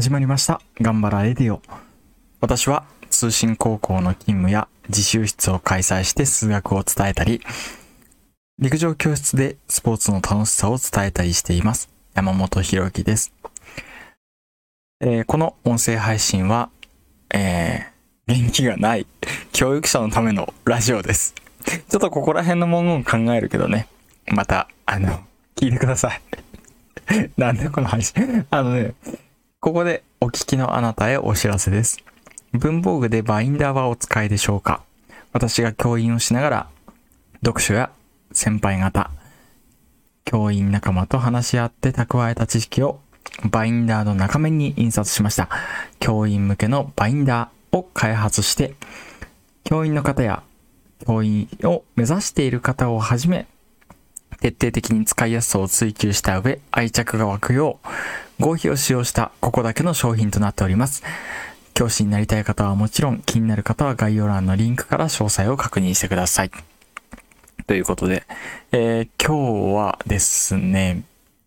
始まりました。ガンバラレディオ。私は通信高校の勤務や自習室を開催して数学を伝えたり、陸上教室でスポーツの楽しさを伝えたりしています。山本博之です。この音声配信は、元気がない教育者のためのラジオです。ちょっとここら辺の文言考えるけどね。また、聞いてください。なんでこの配信ここでお聞きのあなたへお知らせです。文房具でバインダーはお使いでしょうか？私が教員をしながら、読書や先輩方、教員仲間と話し合って蓄えた知識をバインダーの中面に印刷しました。教員向けのバインダーを開発して、教員の方や教員を目指している方をはじめ、徹底的に使いやすさを追求した上、愛着が湧くよう、合皮を使用したここだけの商品となっております。教師になりたい方はもちろん、気になる方は概要欄のリンクから詳細を確認してください。ということで、今日はですね、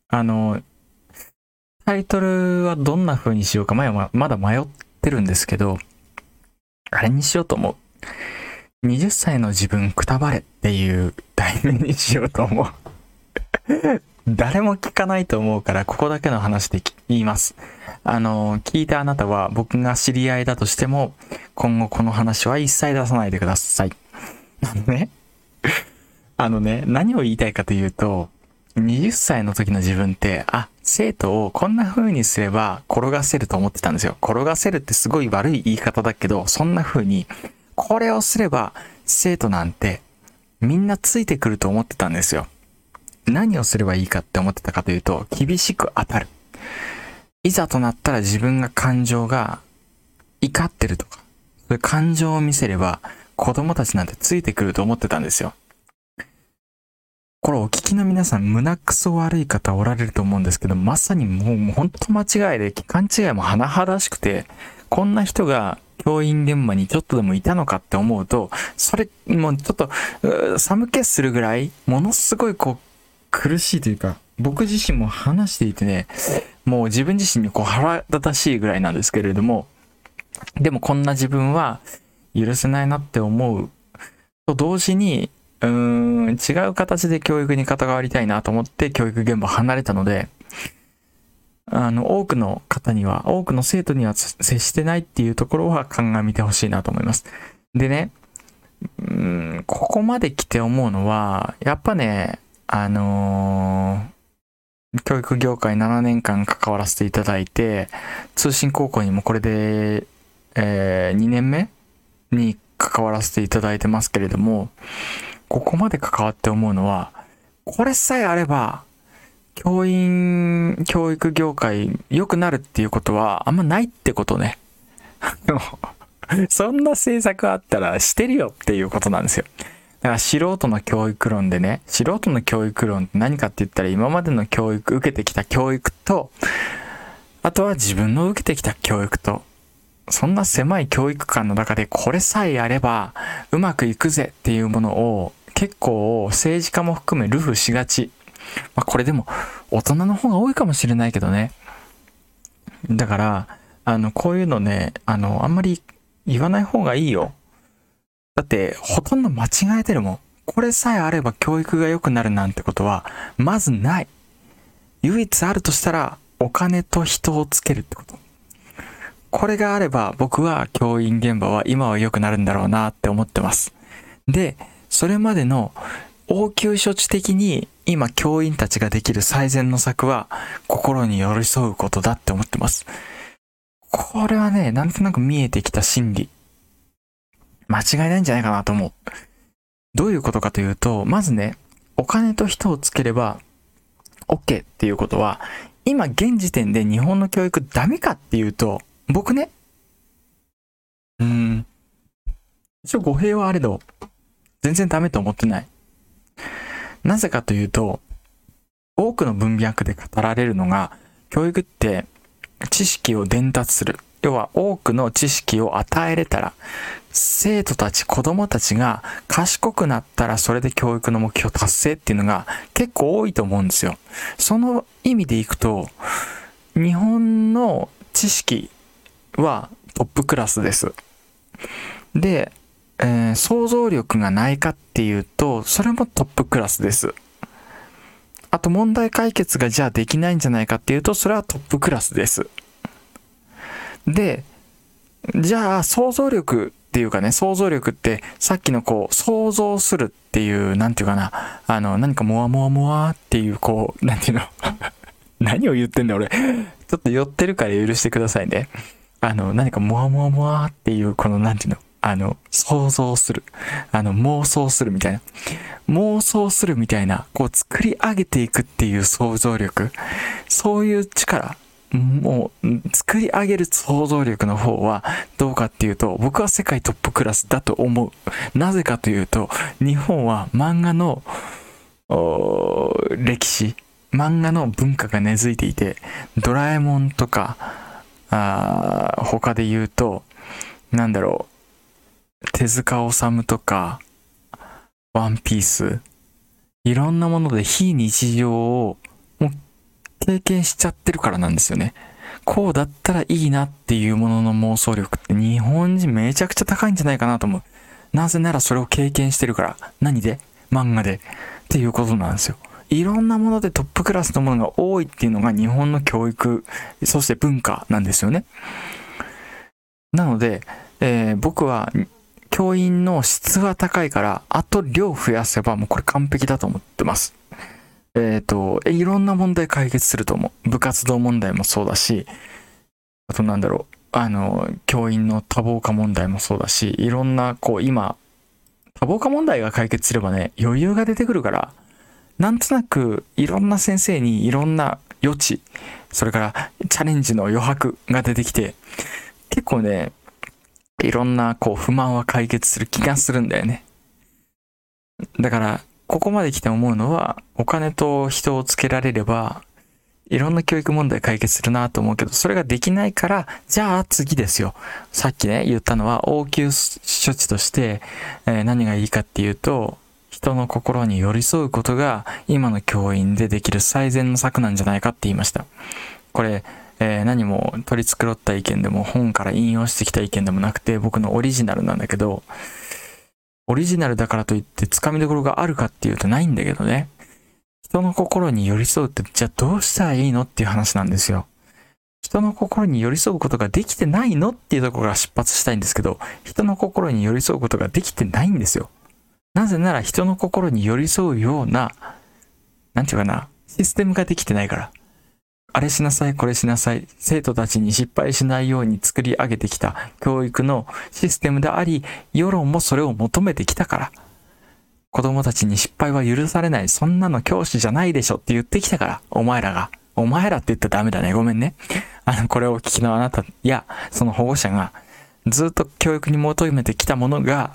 タイトルはどんな風にしようかまだ迷ってるんですけど、あれにしようと思う。20歳の自分くたばれっていう題名にしようと思う。誰も聞かないと思うからここだけの話で言います。聞いたあなたは僕が知り合いだとしても今後この話は一切出さないでください。何を言いたいかというと、20歳の時の自分って生徒をこんな風にすれば転がせると思ってたんですよ。転がせるってすごい悪い言い方だけど、そんな風にこれをすれば生徒なんてみんなついてくると思ってたんですよ。何をすればいいかって思ってたかというと、厳しく当たる。いざとなったら自分が感情が怒ってるとか、そういう感情を見せれば子供たちなんてついてくると思ってたんですよ。これお聞きの皆さん、胸くそ悪い方おられると思うんですけど、まさにもうほんと間違いで、勘違いも甚だしくて、こんな人が教員現場にちょっとでもいたのかって思うと、それもうちょっと寒気するぐらい、ものすごい苦しいというか、僕自身も話していてね、もう自分自身に腹立たしいぐらいなんですけれども、でもこんな自分は許せないなって思うと同時に、違う形で教育に関わりたいなと思って教育現場離れたので、多くの方には、多くの生徒には接してないっていうところは鑑みてほしいなと思います。でね、ここまで来て思うのは、やっぱね、教育業界7年間関わらせていただいて、通信高校にもこれで、2年目に関わらせていただいてますけれども、ここまで関わって思うのは、これさえあれば、教育業界良くなるっていうことはあんまないってことね。そんな政策あったらしてるよっていうことなんですよ。だから素人の教育論でね、素人の教育論って何かって言ったら、今までの受けてきた教育と、あとは自分の受けてきた教育と、そんな狭い教育観の中でこれさえやればうまくいくぜっていうものを結構政治家も含め流布しがち。これでも大人の方が多いかもしれないけどね。だから、こういうのね、あんまり言わない方がいいよ。だって、ほとんど間違えてるもん。これさえあれば教育が良くなるなんてことは、まずない。唯一あるとしたら、お金と人をつけるってこと。これがあれば、僕は教員現場は今は良くなるんだろうなって思ってます。で、それまでの応急処置的に、今教員たちができる最善の策は、心に寄り添うことだって思ってます。これはね、なんとなく見えてきた心理。間違いないんじゃないかなと思う。どういうことかというと、まずね、お金と人をつければ OK っていうことは、今現時点で日本の教育ダメかっていうと、僕ね、一応語弊はあれど、全然ダメと思ってない。なぜかというと、多くの文脈で語られるのが、教育って知識を伝達する。要は多くの知識を与えれたら、生徒たち、子供たちが賢くなったらそれで教育の目標達成っていうのが結構多いと思うんですよ。その意味でいくと、日本の知識はトップクラスです。で、想像力がないかっていうと、それもトップクラスです。あと問題解決がじゃあできないんじゃないかっていうと、それはトップクラスです。で、じゃあ想像力っていうかね、想像力ってさっきのこう想像するっていう、なんていうかな、何かモワモワモワっていうこう、なんていうの何を言ってんだ俺。ちょっと寄ってるから許してくださいね。何かモワモワモワっていうこのなんていうの、想像する。妄想するみたいな。妄想するみたいな、こう作り上げていくっていう想像力。そういう力。もう、作り上げる想像力の方はどうかっていうと、僕は世界トップクラスだと思う。なぜかというと、日本は漫画の歴史、漫画の文化が根付いていて、ドラえもんとか、他で言うと、なんだろう、手塚治虫とか、ワンピース、いろんなもので非日常をもう経験しちゃってるからなんですよね。こうだったらいいなっていうものの妄想力って日本人めちゃくちゃ高いんじゃないかなと思う。なぜならそれを経験してるから。何で？漫画で。っていうことなんですよ。いろんなものでトップクラスのものが多いっていうのが日本の教育、そして文化なんですよね。なので、僕は教員の質が高いから、あと量増やせばもうこれ完璧だと思ってます。いろんな問題解決すると思う。部活動問題もそうだし、あとなんだろう、教員の多忙化問題もそうだし、いろんな、こう今、多忙化問題が解決すればね、余裕が出てくるから、なんとなくいろんな先生にいろんな余地、それからチャレンジの余白が出てきて、結構ね、いろんなこう不満は解決する気がするんだよね。だから、ここまで来て思うのは、お金と人をつけられれば、いろんな教育問題解決するなと思うけど、それができないから、じゃあ次ですよ。さっきね、言ったのは応急処置として、何がいいかっていうと、人の心に寄り添うことが今の教員でできる最善の策なんじゃないかって言いました。これ、何も取り繕った意見でも本から引用してきた意見でもなくて僕のオリジナルなんだけど、オリジナルだからといって掴みどころがあるかっていうとないんだけどね。人の心に寄り添うってじゃあどうしたらいいのっていう話なんですよ。人の心に寄り添うことができてないのっていうところから出発したいんですけど、人の心に寄り添うことができてないんですよ。なぜなら人の心に寄り添うような、なんていうかな、システムができてないから。あれしなさい、これしなさい、生徒たちに失敗しないように作り上げてきた教育のシステムであり、世論もそれを求めてきたから。子供たちに失敗は許されない、そんなの教師じゃないでしょって言ってきたから、お前らが。お前らって言ったらダメだね、ごめんね。これを聞きのあなたや、その保護者が、ずっと教育に求めてきたものが、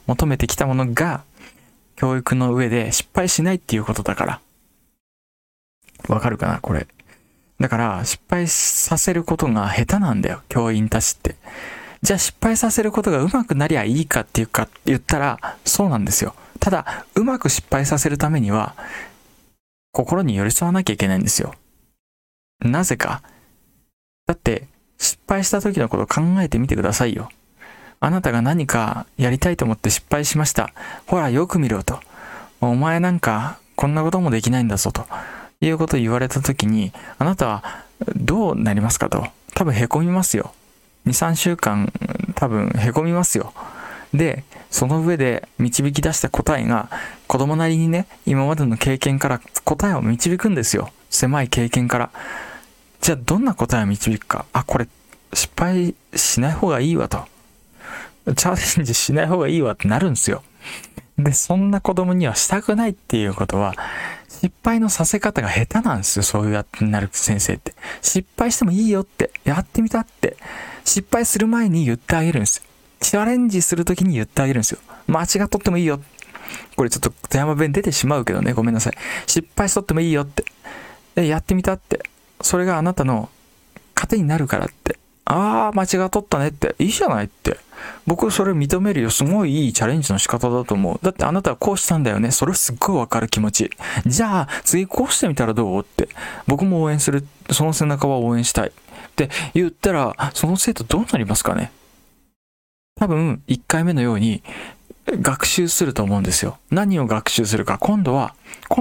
教育の上で失敗しないっていうことだから。わかるかなこれ。だから失敗させることが下手なんだよ、教員たちって。じゃあ失敗させることがうまくなりゃいいかっていうか言ったらそうなんですよ。ただうまく失敗させるためには心に寄り添わなきゃいけないんですよ。なぜか。だって失敗した時のことを考えてみてくださいよ。あなたが何かやりたいと思って失敗しました。ほらよく見ろと。お前なんかこんなこともできないんだぞということを言われた時に、あなたはどうなりますかと。多分凹みますよ。2、3週間多分凹みますよ。で、その上で導き出した答えが子供なりにね、今までの経験から答えを導くんですよ。狭い経験から。じゃあどんな答えを導くか。あ、これ失敗しない方がいいわと。チャレンジしない方がいいわってなるんですよ。で、そんな子供にはしたくないっていうことは、失敗のさせ方が下手なんですよ。そういうやってなる先生って。失敗してもいいよって、やってみたって、失敗する前に言ってあげるんですよ。チャレンジするときに言ってあげるんですよ。間違っとってもいいよ。これちょっと富山弁出てしまうけどね、ごめんなさい。失敗しとってもいいよって。で、やってみたって。それがあなたの糧になるからって。ああ、間違っとったねって。いいじゃないって。僕それ認めるよ。すごいいいチャレンジの仕方だと思う。だってあなたはこうしたんだよね。それすっごいわかる気持ち。じゃあ次こうしてみたらどうって。僕も応援する。その背中は応援したい。 って言ったら、その生徒どうなりますかね。多分、1回目のように学習すると思うんですよ。何を学習するか。今度は、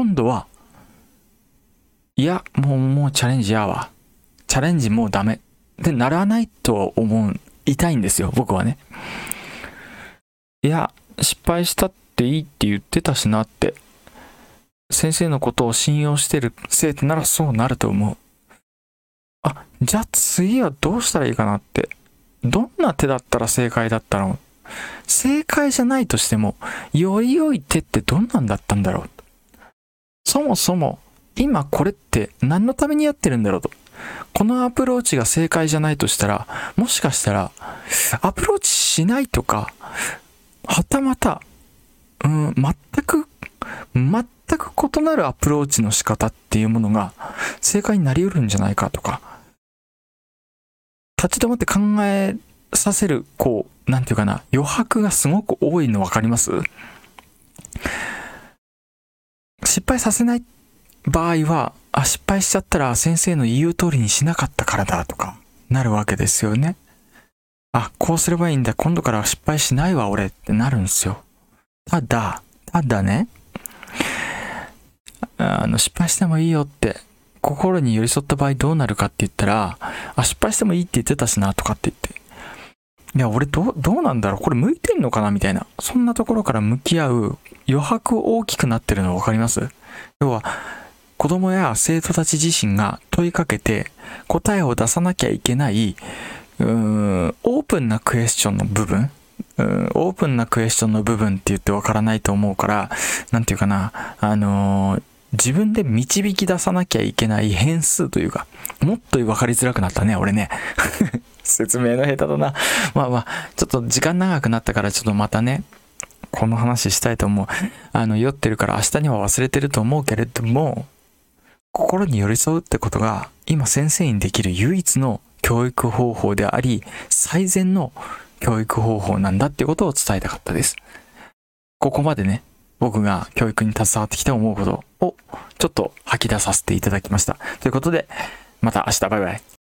いや、もうチャレンジやわ。チャレンジもうダメ。で、ならないといたいんですよ、僕はね。いや、失敗したっていいって言ってたしなって。先生のことを信用してる生徒ならそうなると思う。じゃあ次はどうしたらいいかなって。どんな手だったら正解だったの？正解じゃないとしても、より良い手ってどんなんだったんだろう。そもそも、今これって何のためにやってるんだろうと。このアプローチが正解じゃないとしたら、もしかしたら、アプローチしないとか、はたまた、全く異なるアプローチの仕方っていうものが正解になり得るんじゃないかとか、立ち止まって考えさせる、なんていうかな、余白がすごく多いの分かります？失敗させない場合は、失敗しちゃったら先生の言う通りにしなかったからだとか、なるわけですよね。こうすればいいんだ、今度からは失敗しないわ俺ってなるんですよ。ただね、失敗してもいいよって、心に寄り添った場合どうなるかって言ったら、失敗してもいいって言ってたしなとかって言って。いや、俺どうなんだろう、これ向いてんのかなみたいな。そんなところから向き合う余白大きくなってるの分かります？要は、子供や生徒たち自身が問いかけて答えを出さなきゃいけない、オープンなクエスチョンの部分、オープンなクエスチョンの部分って言ってわからないと思うから、なんていうかな、自分で導き出さなきゃいけない変数というか、もっと分かりづらくなったね、俺ね。説明の下手だな。ちょっと時間長くなったからちょっとまたね、この話したいと思う。酔ってるから明日には忘れてると思うけれども、心に寄り添うってことが今先生にできる唯一の教育方法であり、最善の教育方法なんだっていうことを伝えたかったです。ここまでね、僕が教育に携わってきて思うことをちょっと吐き出させていただきました。ということで、また明日バイバイ。